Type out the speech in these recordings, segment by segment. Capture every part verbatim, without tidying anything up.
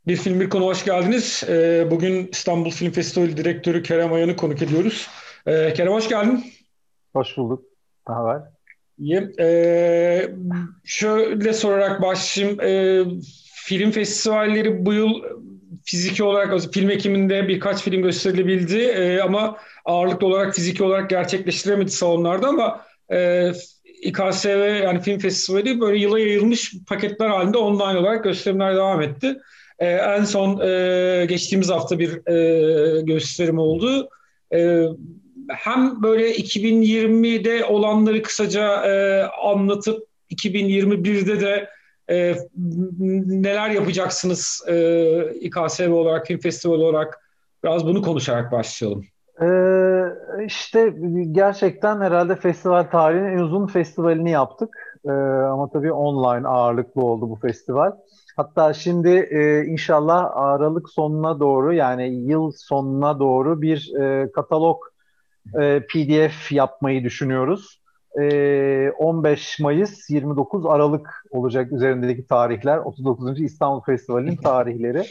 Bir Film Bir Konu hoş geldiniz. Ee, bugün İstanbul Film Festivali Direktörü Kerem Ayan'ı konuk ediyoruz. Ee, Kerem hoş geldin. Hoş bulduk. Ne haber? İyi. Ee, şöyle sorarak başlayayım. Ee, film festivalleri bu yıl fiziki olarak film ekiminde birkaç film gösterilebildi. Ee, ama ağırlıklı olarak fiziki olarak gerçekleştiremedi salonlarda ama e, İ K S V yani film festivali böyle yıla yayılmış paketler halinde online olarak gösterimler devam etti. Ee, en son e, geçtiğimiz hafta bir e, gösterim oldu. E, Hem böyle iki bin yirmide olanları kısaca e, anlatıp iki bin yirmi birde de e, neler yapacaksınız e, İ K S V olarak, film festivali olarak biraz bunu konuşarak başlayalım. Ee, işte gerçekten herhalde festival tarihinin en uzun festivalini yaptık. Ee, ama tabii online ağırlıklı oldu bu festival. Hatta şimdi e, inşallah Aralık sonuna doğru yani yıl sonuna doğru bir e, katalog e, P D F yapmayı düşünüyoruz. E, on beş Mayıs yirmi dokuz Aralık olacak üzerindeki tarihler. otuz dokuzuncu İstanbul Festivali'nin tarihleri.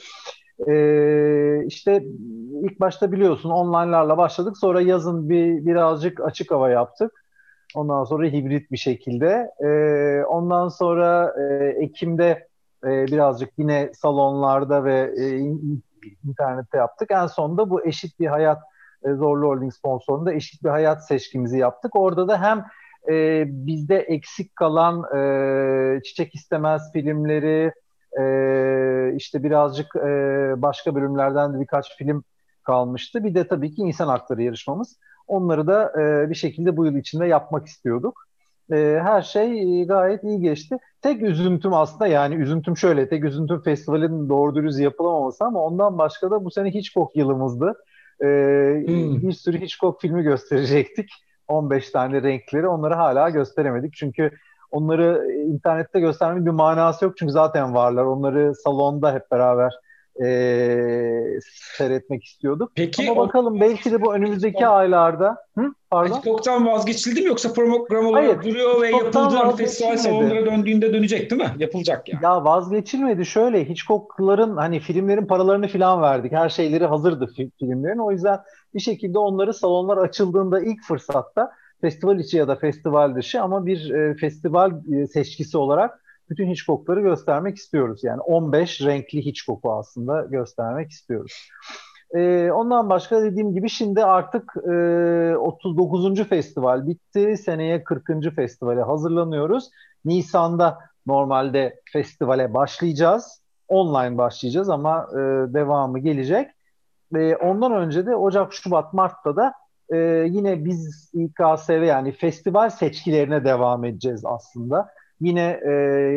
Ee, işte ilk başta biliyorsun online'larla başladık. Sonra yazın bir birazcık açık hava yaptık. Ondan sonra hibrit bir şekilde. Ee, ondan sonra e, Ekim'de e, birazcık yine salonlarda ve e, in- internette yaptık. En sonunda bu Eşit Bir Hayat e, Zorlu Holding sponsorluğunda Eşit Bir Hayat seçkimizi yaptık. Orada da hem e, bizde eksik kalan e, Çiçek İstemez filmleri, e, işte birazcık e, başka bölümlerden de birkaç film kalmıştı. Bir de tabii ki insan hakları yarışmamız. Onları da e, bir şekilde bu yıl içinde yapmak istiyorduk. E, her şey e, gayet iyi geçti. Tek üzüntüm aslında yani üzüntüm şöyle, tek üzüntüm festivalin doğru dürüst yapılamaması ama ondan başka da bu sene Hitchcock yılımızdı. E, Hmm. Bir sürü Hitchcock filmi gösterecektik. on beş tane renkleri onları hala gösteremedik. Çünkü onları internette göstermenin bir manası yok. Çünkü zaten varlar. Onları salonda hep beraber e, seyretmek istiyorduk. Peki Ama o bakalım belki de bu önümüzdeki aylarda. Hı? Pardon? Hitchcock'tan vazgeçildi mi yoksa program Hayır. olarak duruyor ve Hitchcock'tan yapıldı hani festival vazgeçilmedi. salonlara döndüğünde dönecek değil mi? Yapılacak yani. Ya vazgeçilmedi şöyle Hitchcock'ların hani filmlerin paralarını filan verdik. Her şeyleri hazırdı fi- filmlerin. O yüzden bir şekilde onları salonlar açıldığında ilk fırsatta festival içi ya da festival dışı ama bir e, festival e, seçkisi olarak bütün Hitchcock'ları göstermek istiyoruz. Yani on beş renkli Hitchcock'u aslında göstermek istiyoruz. E, ondan başka dediğim gibi şimdi artık e, otuz dokuzuncu festival bitti. Seneye kırkıncı festivale hazırlanıyoruz. Nisan'da normalde festivale başlayacağız. Online başlayacağız ama e, devamı gelecek. E, ondan önce de Ocak, Şubat, Mart'ta da e, yine biz İ K S V yani festival seçkilerine devam edeceğiz aslında. Yine e,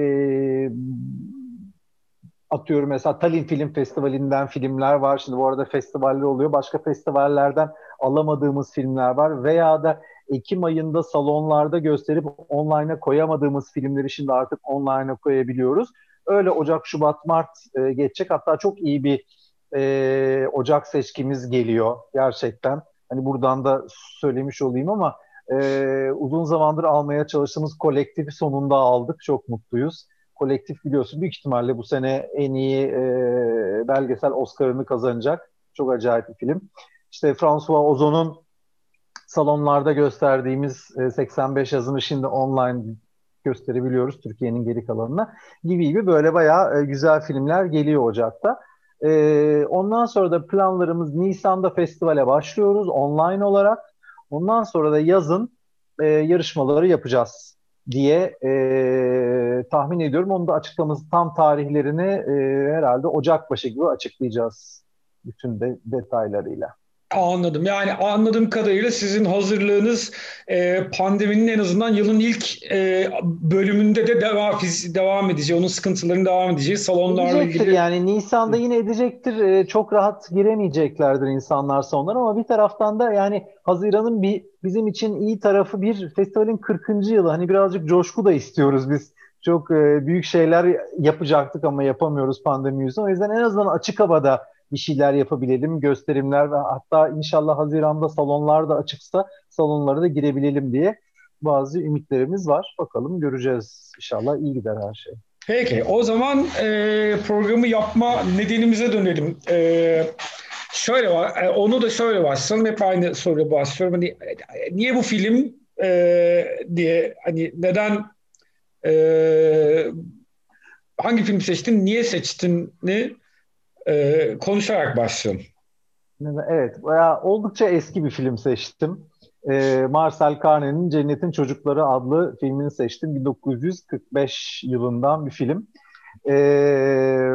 atıyorum mesela Tallinn Film Festivali'nden filmler var. Şimdi bu arada festivaller oluyor. Başka festivallerden alamadığımız filmler var. Veya da Ekim ayında salonlarda gösterip online'a koyamadığımız filmleri şimdi artık online'a koyabiliyoruz. Öyle Ocak, Şubat, Mart e, geçecek. Hatta çok iyi bir e, Ocak seçkimiz geliyor gerçekten. Hani buradan da söylemiş olayım ama e, uzun zamandır almaya çalıştığımız kolektifi sonunda aldık. Çok mutluyuz. Kolektif biliyorsun büyük ihtimalle bu sene en iyi e, belgesel Oscar'ını kazanacak. Çok acayip bir film. İşte François Ozon'un salonlarda gösterdiğimiz e, seksen beş yazını şimdi online gösterebiliyoruz Türkiye'nin geri kalanına. Gibi gibi böyle bayağı e, güzel filmler geliyor Ocak'ta. E, ondan sonra da planlarımız Nisan'da festivale başlıyoruz online olarak. Ondan sonra da yazın e, yarışmaları yapacağız diye e, tahmin ediyorum. Onu da açıklaması tam tarihlerini e, herhalde Ocak başı gibi açıklayacağız bütün de, detaylarıyla. Anladım. Yani anladığım kadarıyla sizin hazırlığınız e, pandeminin en azından yılın ilk e, bölümünde de devam, devam edeceği, onun sıkıntılarının devam edeceği salonlarla Edecektir ilgili. yani Nisan'da yine edecektir. Ee, çok rahat giremeyeceklerdir insanlar sonlar ama bir taraftan da yani Haziran'ın bir bizim için iyi tarafı bir festivalin kırkıncı yılı. Hani birazcık coşku da istiyoruz biz. Çok e, büyük şeyler yapacaktık ama yapamıyoruz pandemi yüzünden. O yüzden en azından açık havada bir şeyler yapabilelim, gösterimler ve hatta inşallah Haziran'da salonlar da açıksa salonlara da girebilelim diye bazı ümitlerimiz var. Bakalım göreceğiz. İnşallah iyi gider her şey. Peki, o zaman e, programı yapma nedenimize dönelim. E, şöyle var, e, onu da şöyle başlayalım. Hep aynı soruyla başlıyorum. Hani, e, niye bu film e, diye, hani neden, e, hangi film seçtin, niye seçtiğini e, konuşarak başlayalım. Evet, bayağı oldukça eski bir film seçtim. Ee, Marcel Carné'nin Cennetin Çocukları adlı filmini seçtim. bin dokuz yüz kırk beş yılından bir film. Ee,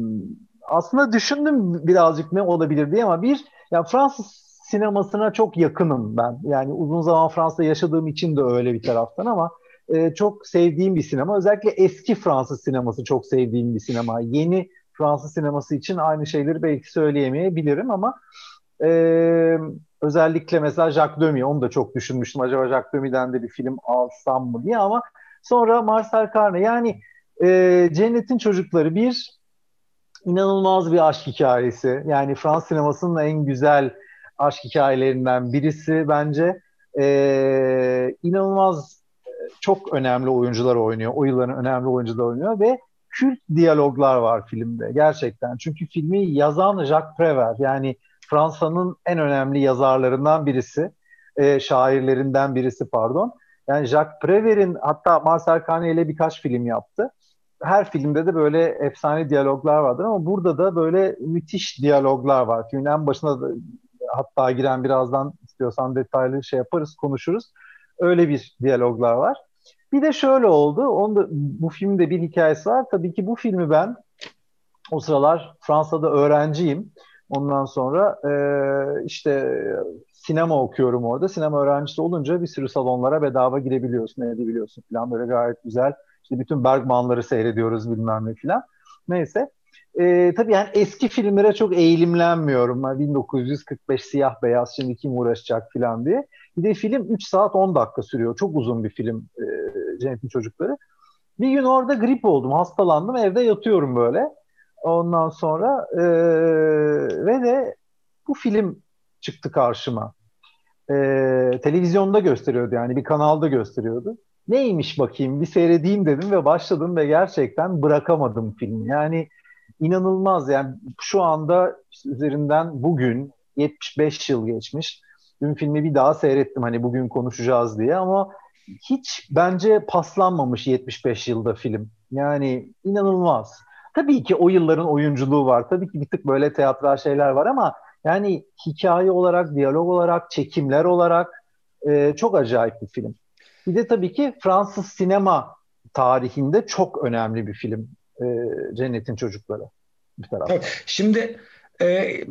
Aslında düşündüm birazcık ne olabilir diye ama bir, ya Fransız sinemasına çok yakınım ben. Yani uzun zaman Fransa'da yaşadığım için de öyle bir taraftan ama e, çok sevdiğim bir sinema. Özellikle eski Fransız sineması çok sevdiğim bir sinema. Yeni Fransız sineması için aynı şeyleri belki söyleyemeyebilirim ama ee, özellikle mesela Jacques Demy, onu da çok düşünmüştüm. Acaba Jacques Demy'den de bir film alsam mı diye ama sonra Marcel Carné, yani e, Cennetin Çocukları bir inanılmaz bir aşk hikayesi. Yani Fransız sinemasının en güzel aşk hikayelerinden birisi bence. Ee, inanılmaz çok önemli oyuncular oynuyor. O yılların önemli oyuncular oynuyor ve kült diyaloglar var filmde gerçekten. Çünkü filmi yazan Jacques Prévert, yani Fransa'nın en önemli yazarlarından birisi, e, şairlerinden birisi pardon. Yani Jacques Prévert'in, hatta Marcel Carné ile birkaç film yaptı. Her filmde de böyle efsane diyaloglar vardır ama burada da böyle müthiş diyaloglar var. Filmin en başına da hatta giren, birazdan istiyorsan detaylı şey yaparız, konuşuruz. Öyle bir diyaloglar var. Bir de şöyle oldu. Onu da, bu filmde bir hikayesi var. Tabii ki bu filmi ben o sıralar Fransa'da öğrenciyim. Ondan sonra e, işte sinema okuyorum orada. Sinema öğrencisi olunca bir sürü salonlara bedava girebiliyorsun, edebiliyorsun falan. Böyle gayet güzel. İşte bütün Bergman'ları seyrediyoruz bilmem ne falan. Neyse. E, tabii yani eski filmlere çok eğilimlenmiyorum. Yani bin dokuz yüz kırk beş siyah beyaz, şimdi kim uğraşacak falan diye. Bir de film üç saat on dakika sürüyor. Çok uzun bir film, e, Cennetin Çocukları. Bir gün orada grip oldum, hastalandım, evde yatıyorum böyle. Ondan sonra e, ve de bu film çıktı karşıma. E, Televizyonda gösteriyordu, yani bir kanalda gösteriyordu. Neymiş bakayım bir seyredeyim dedim ve başladım ve gerçekten bırakamadım filmi. Yani inanılmaz, yani şu anda işte üzerinden bugün yetmiş beş yıl geçmiş. Dün filmi bir daha seyrettim hani bugün konuşacağız diye ama hiç bence paslanmamış yetmiş beş yılda film. Yani inanılmaz. Tabii ki o yılların oyunculuğu var. Tabii ki bir tık böyle teatral şeyler var ama yani hikaye olarak, diyalog olarak, çekimler olarak e, çok acayip bir film. Bir de tabii ki Fransız sinema tarihinde çok önemli bir film. E, Cennetin Çocukları bir Tabii. taraftan. Şimdi e,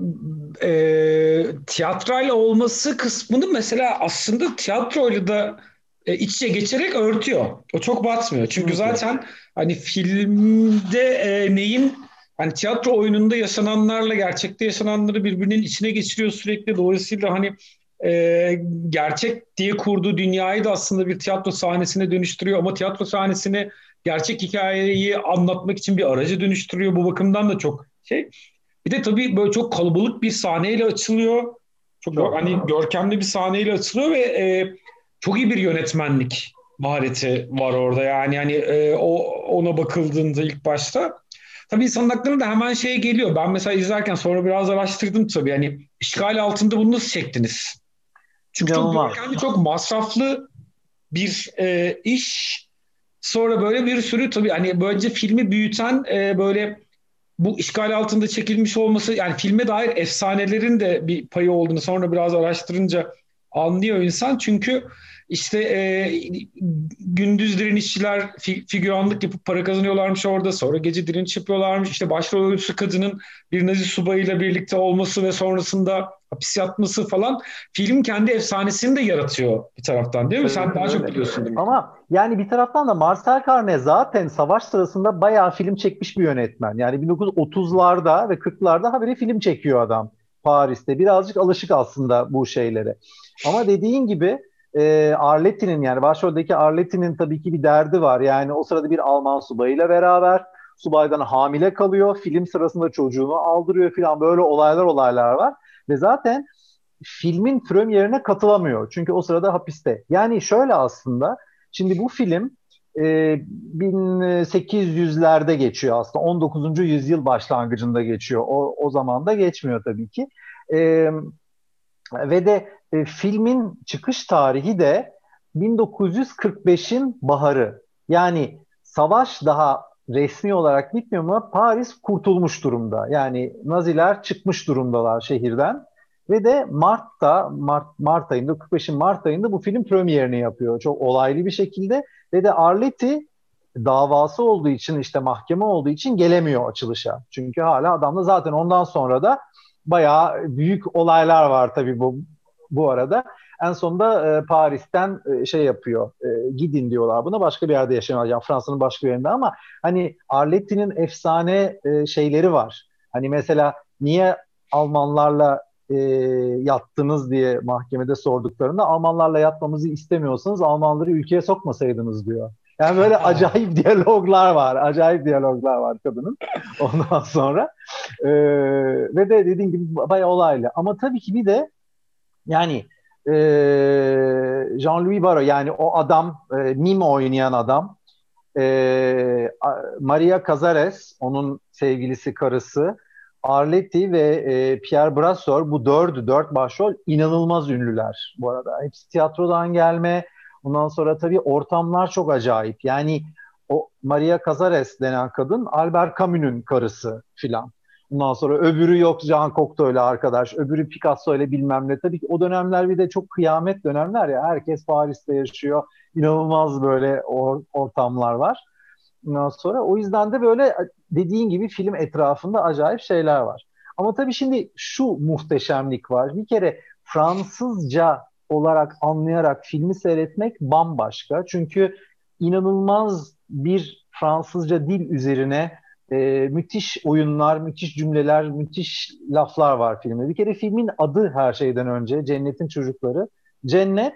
e, tiyatral olması kısmını mesela aslında tiyatroyla da e, iç içe geçerek örtüyor. O çok batmıyor. Çünkü Kesinlikle. zaten hani filmde e, neyin, hani tiyatro oyununda yaşananlarla gerçekte yaşananları birbirinin içine geçiriyor sürekli. Dolayısıyla hani e, gerçek diye kurduğu dünyayı da aslında bir tiyatro sahnesine dönüştürüyor. Ama tiyatro sahnesini gerçek hikayeyi anlatmak için bir araca dönüştürüyor. Bu bakımdan da çok şey. Bir de tabii böyle çok kalabalık bir sahneyle açılıyor. Çok gör- Çok. hani görkemli bir sahneyle açılıyor ve e, çok iyi bir yönetmenlik mahareti var orada. Yani yani e, o ona bakıldığında ilk başta. Tabii insanın aklına da hemen şey geliyor. Ben mesela izlerken sonra biraz araştırdım tabii. Yani işgal altında bunu nasıl çektiniz? Çünkü çok İnanılmaz. görkemli, çok masraflı bir e, iş. Sonra böyle bir sürü tabii hani böylece filmi büyüten e, böyle bu işgal altında çekilmiş olması, yani filme dair efsanelerin de bir payı olduğunu sonra biraz araştırınca anlıyor insan. Çünkü işte e, gündüz direnişçiler fi, figüranlık yapıp para kazanıyorlarmış orada. Sonra gece direniş yapıyorlarmış. İşte başrol oyuncusu kadının bir Nazi subayıyla birlikte olması ve sonrasında hapis yatması falan film kendi efsanesini de yaratıyor bir taraftan, değil mi? Sen Aynen daha çok öyle. biliyorsun demek ki. Ama yani bir taraftan da Marcel Carné zaten savaş sırasında bayağı film çekmiş bir yönetmen. Yani bin dokuz yüz otuzlarda ve kırklarda haberi film çekiyor adam Paris'te. Birazcık alışık aslında bu şeylere. Ama dediğin gibi e, Arletty'nin, yani başroldeki Arletty'nin tabii ki bir derdi var. Yani o sırada bir Alman subayıyla beraber, subaydan hamile kalıyor. Film sırasında çocuğunu aldırıyor falan, böyle olaylar olaylar var. Ve zaten filmin premierine katılamıyor. Çünkü o sırada hapiste. Yani şöyle aslında, şimdi bu film e, bin sekiz yüzlerde geçiyor aslında. on dokuzuncu yüzyıl başlangıcında geçiyor. O, o zaman da geçmiyor tabii ki. E, Ve de e, filmin çıkış tarihi de bin dokuz yüz kırk beşin baharı. Yani savaş daha resmi olarak bitmiyor ama Paris kurtulmuş durumda. Yani Naziler çıkmış durumdalar şehirden. Ve de Mart'ta, Mart, Mart ayında, kırk beşin Mart ayında bu film premierini yapıyor. Çok olaylı bir şekilde. Ve de Arletty davası olduğu için, işte mahkeme olduğu için gelemiyor açılışa. Çünkü hala adamda zaten ondan sonra da bayağı büyük olaylar var tabii bu bu arada. En sonunda e, Paris'ten e, şey yapıyor. E, gidin diyorlar buna. Başka bir yerde yaşayan, yani Fransa'nın başka bir yerinde, ama hani Arletty'nin efsane e, şeyleri var. Hani mesela niye Almanlarla e, yattınız diye mahkemede sorduklarında, Almanlarla yatmamızı istemiyorsanız Almanları ülkeye sokmasaydınız diyor. Yani böyle acayip diyaloglar var. Acayip diyaloglar var kadının. Ondan sonra. Ee, Ve de dediğim gibi bayağı olaylı. Ama tabii ki bir de yani e, Jean-Louis Barrault, yani o adam, e, mime oynayan adam, e, Maria Cazares, onun sevgilisi, karısı, Arletty ve e, Pierre Brasseur, bu dördü, dört başrol inanılmaz ünlüler bu arada. Hepsi tiyatrodan gelme. Ondan sonra tabii ortamlar çok acayip. Yani o Maria Cazares denen kadın Albert Camus'un karısı filan. Ondan sonra öbürü yok Jean Cocteau ile arkadaş, öbürü Picasso ile bilmem ne. Tabii ki o dönemler bir de çok kıyamet dönemler ya. Herkes Paris'te yaşıyor. İnanılmaz böyle or- ortamlar var. Ondan sonra o yüzden de böyle dediğin gibi film etrafında acayip şeyler var. Ama tabii şimdi şu muhteşemlik var. Bir kere Fransızca olarak anlayarak filmi seyretmek bambaşka. Çünkü inanılmaz bir Fransızca dil üzerine e, müthiş oyunlar, müthiş cümleler, müthiş laflar var filmde. Bir kere filmin adı her şeyden önce Cennetin Çocukları. Cennet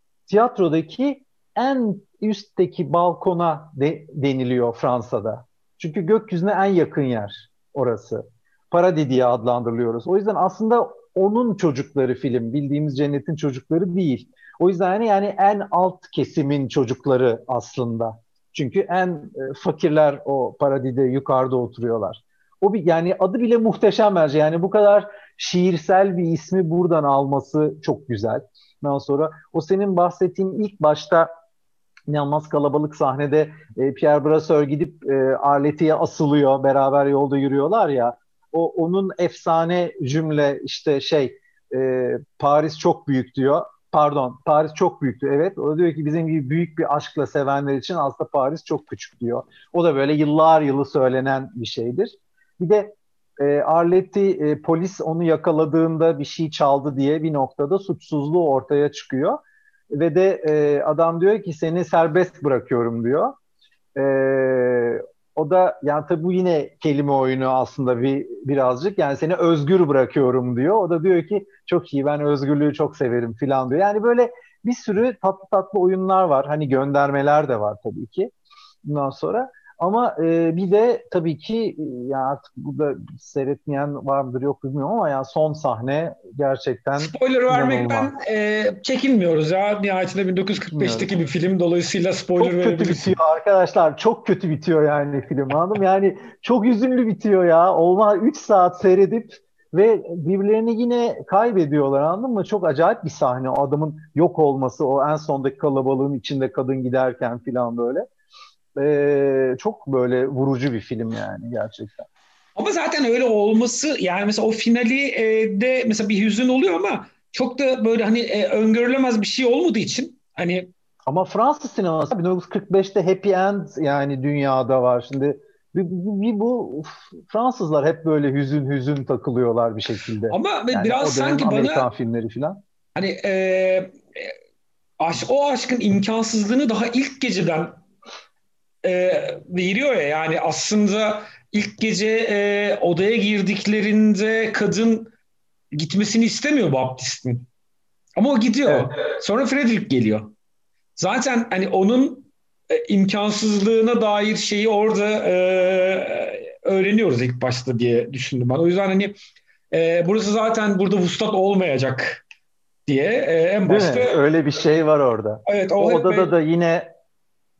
tiyatrodaki en üstteki balkona de, deniliyor Fransa'da. Çünkü gökyüzüne en yakın yer orası. Paradis diye adlandırılıyoruz. O yüzden aslında onun çocukları film, bildiğimiz Cennetin Çocukları değil. O yüzden yani, yani en alt kesimin çocukları aslında. Çünkü en e, fakirler o paradide yukarıda oturuyorlar. O bir, yani adı bile muhteşem bence. Yani bu kadar şiirsel bir ismi buradan alması çok güzel. Ondan sonra o senin bahsettiğin ilk başta inanılmaz kalabalık sahnede e, Pierre Brasseur gidip e, Arletty'ye asılıyor. Beraber yolda yürüyorlar ya. O onun efsane cümle işte şey, e, Paris çok büyük diyor. Pardon, Paris çok büyüktü. Evet. O diyor ki bizim gibi büyük bir aşkla sevenler için aslında Paris çok küçük diyor. O da böyle yıllar yılı söylenen bir şeydir. Bir de e, Arletty, e, polis onu yakaladığında bir şey çaldı diye bir noktada suçsuzluğu ortaya çıkıyor. Ve de e, adam diyor ki seni serbest bırakıyorum diyor. E, O da yani tabii bu yine kelime oyunu aslında bir birazcık, yani seni özgür bırakıyorum diyor. O da diyor ki çok iyi, ben özgürlüğü çok severim filan diyor. Yani böyle bir sürü tatlı tatlı oyunlar var. Hani göndermeler de var tabii ki bundan sonra. Ama e, bir de tabii ki e, yani artık burada seyretmeyen var mıdır yok bilmiyorum ama yani son sahne gerçekten Spoiler inanılmaz. vermekten e, çekinmiyoruz ya. Nihayetinde bin dokuz yüz kırk beşteki Bilmiyorum. bir film. Dolayısıyla spoiler Çok kötü bitiyor verebilirsin. arkadaşlar. Çok kötü bitiyor yani film, anladın mı? Yani çok üzünlü bitiyor ya. Olma üç saat seyredip ve birbirlerini yine kaybediyorlar, anladın mı? Çok acayip bir sahne. O adamın yok olması, o en sondaki kalabalığın içinde kadın giderken falan böyle. Ee, çok böyle vurucu bir film yani gerçekten. Ama zaten öyle olması, yani mesela o finali e, de mesela bir hüzün oluyor ama çok da böyle hani e, öngörülemez bir şey olmadığı için hani Ama Fransız sineması bin dokuz yüz kırk beşte happy end yani dünyada var. Şimdi bir, bir, bir bu Fransızlar hep böyle hüzün hüzün takılıyorlar bir şekilde. ama Yani biraz o dönemin sanki Amerikan bana filmleri falan. hani e, aş, o aşkın imkansızlığını daha ilk geceden e, veriyor ya, yani aslında ilk gece e, odaya girdiklerinde kadın gitmesini istemiyor Baptist'in. Ama o gidiyor. Evet. Sonra Frederick geliyor. Zaten hani onun e, imkansızlığına dair şeyi orada e, öğreniyoruz ilk başta diye düşündüm ben. O yüzden hani e, burası zaten burada vuslat olmayacak diye e, en Değil başta mi? Öyle bir şey var orada. evet o O hep odada böyle da yine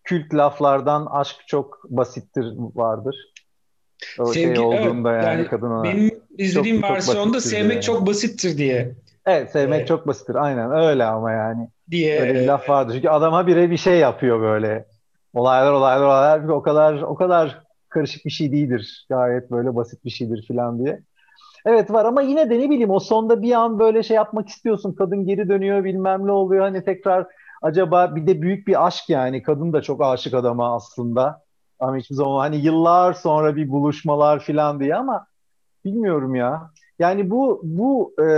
kült laflardan aşk çok basittir vardır. O şey Sevgi, evet, olduğunda yani yani kadın ona benim izlediğim çok çok versiyonda basittir sevmek diye. çok basittir diye Evet, sevmek e, çok basittir. Aynen öyle ama yani. diye Öyle bir e, laf vardır. Çünkü adam habire bir şey yapıyor böyle. Olaylar olaylar olaylar. O kadar o kadar karışık bir şey değildir. Gayet böyle basit bir şeydir falan diye. Evet var ama yine de ne bileyim o sonda bir an böyle şey yapmak istiyorsun. Kadın geri dönüyor bilmem ne oluyor. Hani tekrar acaba bir de büyük bir aşk yani. Kadın da çok aşık adama aslında. Ama hiçbir zaman hani yıllar sonra bir buluşmalar falan diye ama bilmiyorum ya. Yani bu bu e,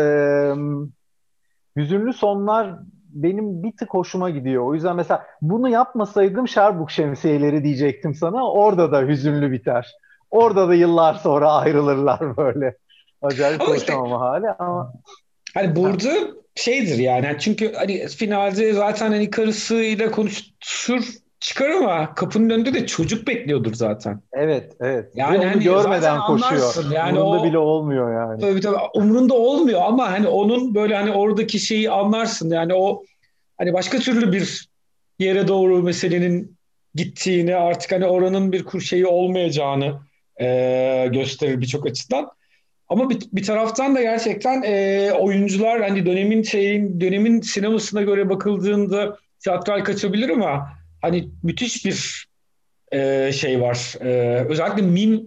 hüzünlü sonlar benim bir tık hoşuma gidiyor. O yüzden mesela bunu yapmasaydım Şerbuk Şemsiyeleri diyecektim sana. Orada da hüzünlü biter. Orada da yıllar sonra ayrılırlar böyle. Acayip ama işte konuşamama hali ama hani ha, burada şeydir yani. Yani çünkü hani finalde zaten hani karısıyla konuşur çıkar ama kapının önünde de çocuk bekliyordur zaten. evet evet ve Yani onu hani zaten görmeden koşuyor. anlarsın yani Umurunda bile o, olmuyor yani. tabii tabii umurunda olmuyor ama hani onun böyle hani oradaki şeyi anlarsın yani o hani başka türlü bir yere doğru meselenin gittiğini artık hani oranın bir kur şeyi olmayacağını e, gösterir birçok açıdan. Ama bir, bir taraftan da gerçekten e, oyuncular hani dönemin şeyin dönemin sinemasına göre bakıldığında tiyatral kaçabilir ama hani müthiş bir e, şey var. E, özellikle mim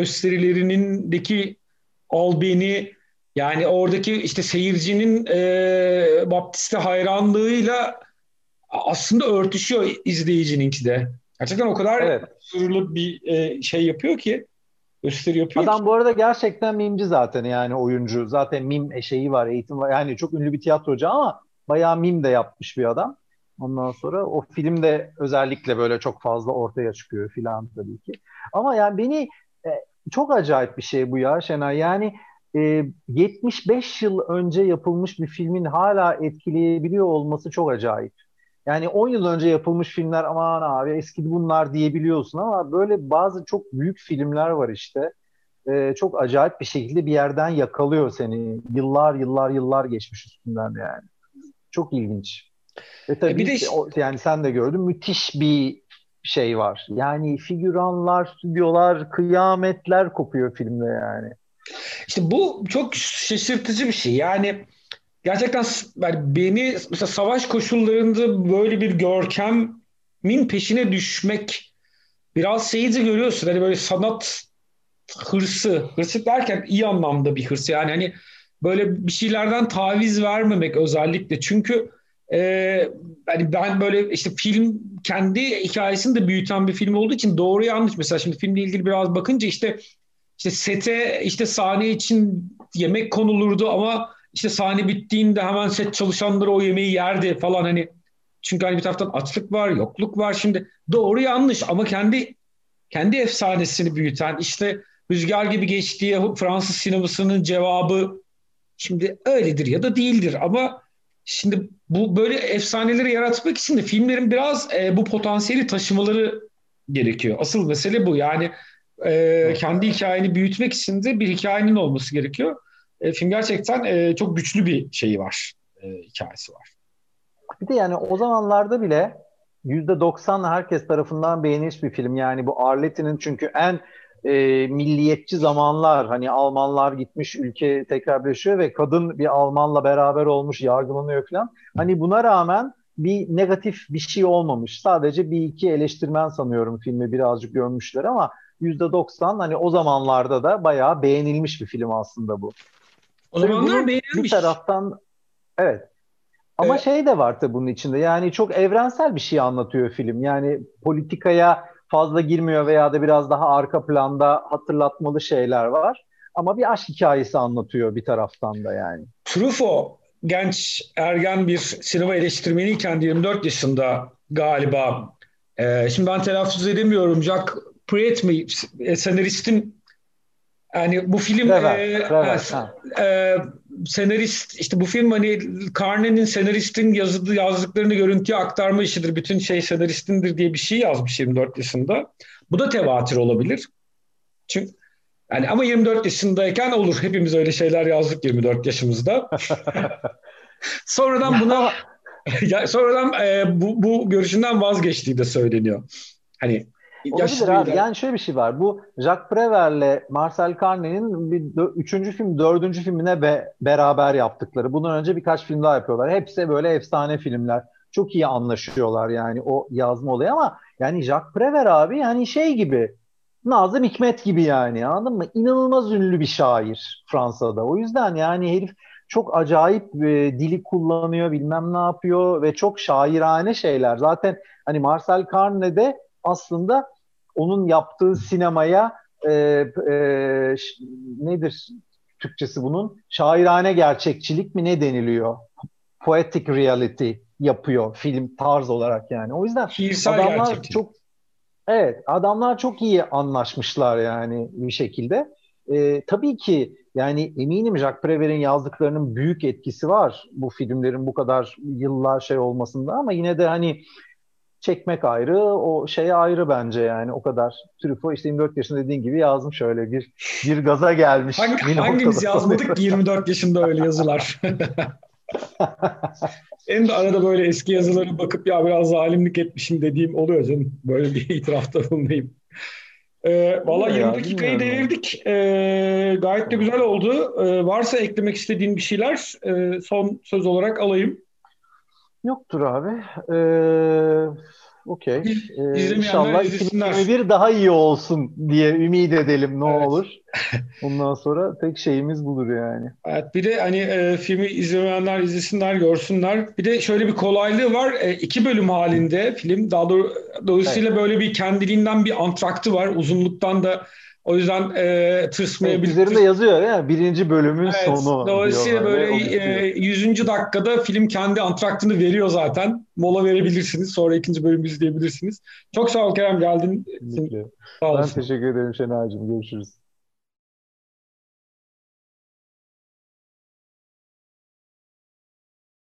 gösterilerindeki albeni yani oradaki işte seyircinin e, Baptiste hayranlığıyla aslında örtüşüyor izleyicininki de. Gerçekten o kadar Evet. sırlı bir e, şey yapıyor ki, gösteri yapıyor ki. Adam bu arada gerçekten mimci zaten yani oyuncu. Zaten mim şeyi var, eğitim var. Yani çok ünlü bir tiyatrocu ama bayağı mim de yapmış bir adam. Ondan sonra o filmde özellikle böyle çok fazla ortaya çıkıyor filan tabii ki. Ama yani beni e, çok acayip bir şey bu ya Şenay. Yani e, yetmiş beş yıl önce yapılmış bir filmin hala etkileyebiliyor olması çok acayip. Yani on yıl önce yapılmış filmler aman abi eskidi bunlar diyebiliyorsun ama böyle bazı çok büyük filmler var işte e, çok acayip bir şekilde bir yerden yakalıyor seni. Yıllar yıllar yıllar geçmiş üstünden yani. Çok ilginç. Ve E bir tabii de ki o, yani sen de gördün müthiş bir şey var. Yani figüranlar, stüdyolar, kıyametler kopuyor filmde yani. işte bu çok şaşırtıcı bir şey. Yani gerçekten yani beni mesela savaş koşullarında böyle bir görkemin peşine düşmek biraz şeyi de görüyorsun. Hani böyle sanat hırsı, hırsı derken iyi anlamda bir hırs. Yani hani böyle bir şeylerden taviz vermemek özellikle. Çünkü e, hani ben böyle işte film kendi hikayesini de büyüten bir film olduğu için doğru yanlış. Mesela şimdi filmle ilgili biraz bakınca işte işte sete işte sahne için yemek konulurdu ama işte sahne bittiğinde hemen set çalışanları o yemeği yerdi falan hani. Çünkü hani bir taraftan açlık var, yokluk var. Şimdi doğru yanlış ama kendi kendi efsanesini büyüten işte Rüzgar gibi geçtiği Fransız sinemasının cevabı şimdi öyledir ya da değildir ama şimdi bu böyle efsaneleri yaratmak için de filmlerin biraz e, bu potansiyeli taşımaları gerekiyor. Asıl mesele bu. Yani e, Evet. kendi hikayeni büyütmek için de bir hikayenin olması gerekiyor. E, film gerçekten e, çok güçlü bir şeyi var, e, hikayesi var. Bir de yani o zamanlarda bile yüzde doksan herkes tarafından beğenilmiş bir film. Yani bu Arletty'nin çünkü en e, milliyetçi zamanlar hani Almanlar gitmiş ülke tekrar birleşiyor ve kadın bir Almanla beraber olmuş yargılanıyor falan. Hani buna rağmen bir negatif bir şey olmamış. Sadece bir iki eleştirmen sanıyorum filmi birazcık görmüşler ama yüzde doksan hani o zamanlarda da bayağı beğenilmiş bir film aslında bu. O Tabii zamanlar bunun bir beğenilmiş. taraftan evet ama E, şey de var tabii bunun içinde. Yani çok evrensel bir şey anlatıyor film. Yani politikaya fazla girmiyor veya da biraz daha arka planda hatırlatmalı şeyler var. Ama bir aşk hikayesi anlatıyor bir taraftan da yani. Truffaut genç ergen bir sinema eleştirmeniyken yirmi dört yaşında galiba. Ee, şimdi ben telaffuz edemiyorum. Jack Pruitt mi? E, senaristin yani bu film Trevor, e, Trevor. Ha. e, senarist işte bu film hani Carne'nin senaristin yazdığı yazdıklarını görüntüye aktarma işidir. Bütün şey senaristindir diye bir şey yazmış yirmi dört yaşında. Bu da tevatür olabilir. Çünkü yani ama yirmi dört yaşındayken olur. Hepimiz öyle şeyler yazdık yirmi dört yaşımızda. Sonradan Ya buna ama Ya sonradan e, bu, bu görüşünden vazgeçtiği de söyleniyor. Hani Olabilir abi. yaşlıyla. Yani şöyle bir şey var. Bu Jacques Prévert'le Marcel Carné'nin bir dö- üçüncü film, dördüncü filmine be- beraber yaptıkları. Bundan önce birkaç film daha yapıyorlar. Hepsi böyle efsane filmler. Çok iyi anlaşıyorlar yani o yazma olayı ama yani Jacques Prévert abi yani şey gibi Nazım Hikmet gibi yani anladın mı? İnanılmaz ünlü bir şair Fransa'da. O yüzden yani herif çok acayip e, dili kullanıyor, bilmem ne yapıyor ve çok şairane şeyler. Zaten hani Marcel Carné'de aslında onun yaptığı sinemaya e, e, ş- nedir Türkçesi bunun? Şairane gerçekçilik mi ne deniliyor? Poetic reality yapıyor film tarz olarak yani. O yüzden Şiirsel adamlar gerçekçilik. çok evet adamlar çok iyi anlaşmışlar yani bir şekilde. E, tabii ki yani eminim Jacques Prévert'in yazdıklarının büyük etkisi var bu filmlerin bu kadar yıllar şey olmasında ama yine de hani çekmek ayrı, o şey ayrı bence yani o kadar. Truffaut işte yirmi dört yaşında dediğin gibi yazmış şöyle bir bir gaza gelmiş Hangi, bir hangimiz noktada yazmadık sanıyorum. ki yirmi dört yaşında öyle yazılar? Benim de arada böyle eski yazılara bakıp ya biraz zalimlik etmişim dediğim oluyor canım. Böyle bir itirafta bulunayım. Ee, valla Oluyor yirmi ya dakikayı bilmiyorum yani. devirdik. Ee, gayet de güzel Tamam. oldu. Ee, varsa eklemek istediğin bir şeyler e, son söz olarak alayım. Yoktur abi. Ee, okey. İz, Ee, izlemeyenler İnşallah izlesinler. iki bin yirmi bir daha iyi olsun diye ümit edelim ne Evet. olur. Ondan sonra tek şeyimiz budur yani. Evet, bir de hani e, filmi izlemeyenler izlesinler, görsünler. Bir de şöyle bir kolaylığı var. E, iki bölüm halinde film. Daha doğru, Evet. dolayısıyla böyle bir kendiliğinden bir antraktı var. Uzunluktan da o yüzden e, Evet, tırsmayabilir. üzerinde yazıyor ya birinci bölümün Evet, sonu diyor dolayısıyla böyle böyle o bitiyor. e, yüzüncü dakikada film kendi antraktını veriyor zaten. Mola verebilirsiniz. Sonra ikinci bölümü izleyebilirsiniz. Çok sağ ol Kerem, geldin. Kesinlikle. Sağ Ben olasın. teşekkür ederim Şenaycığım. Görüşürüz.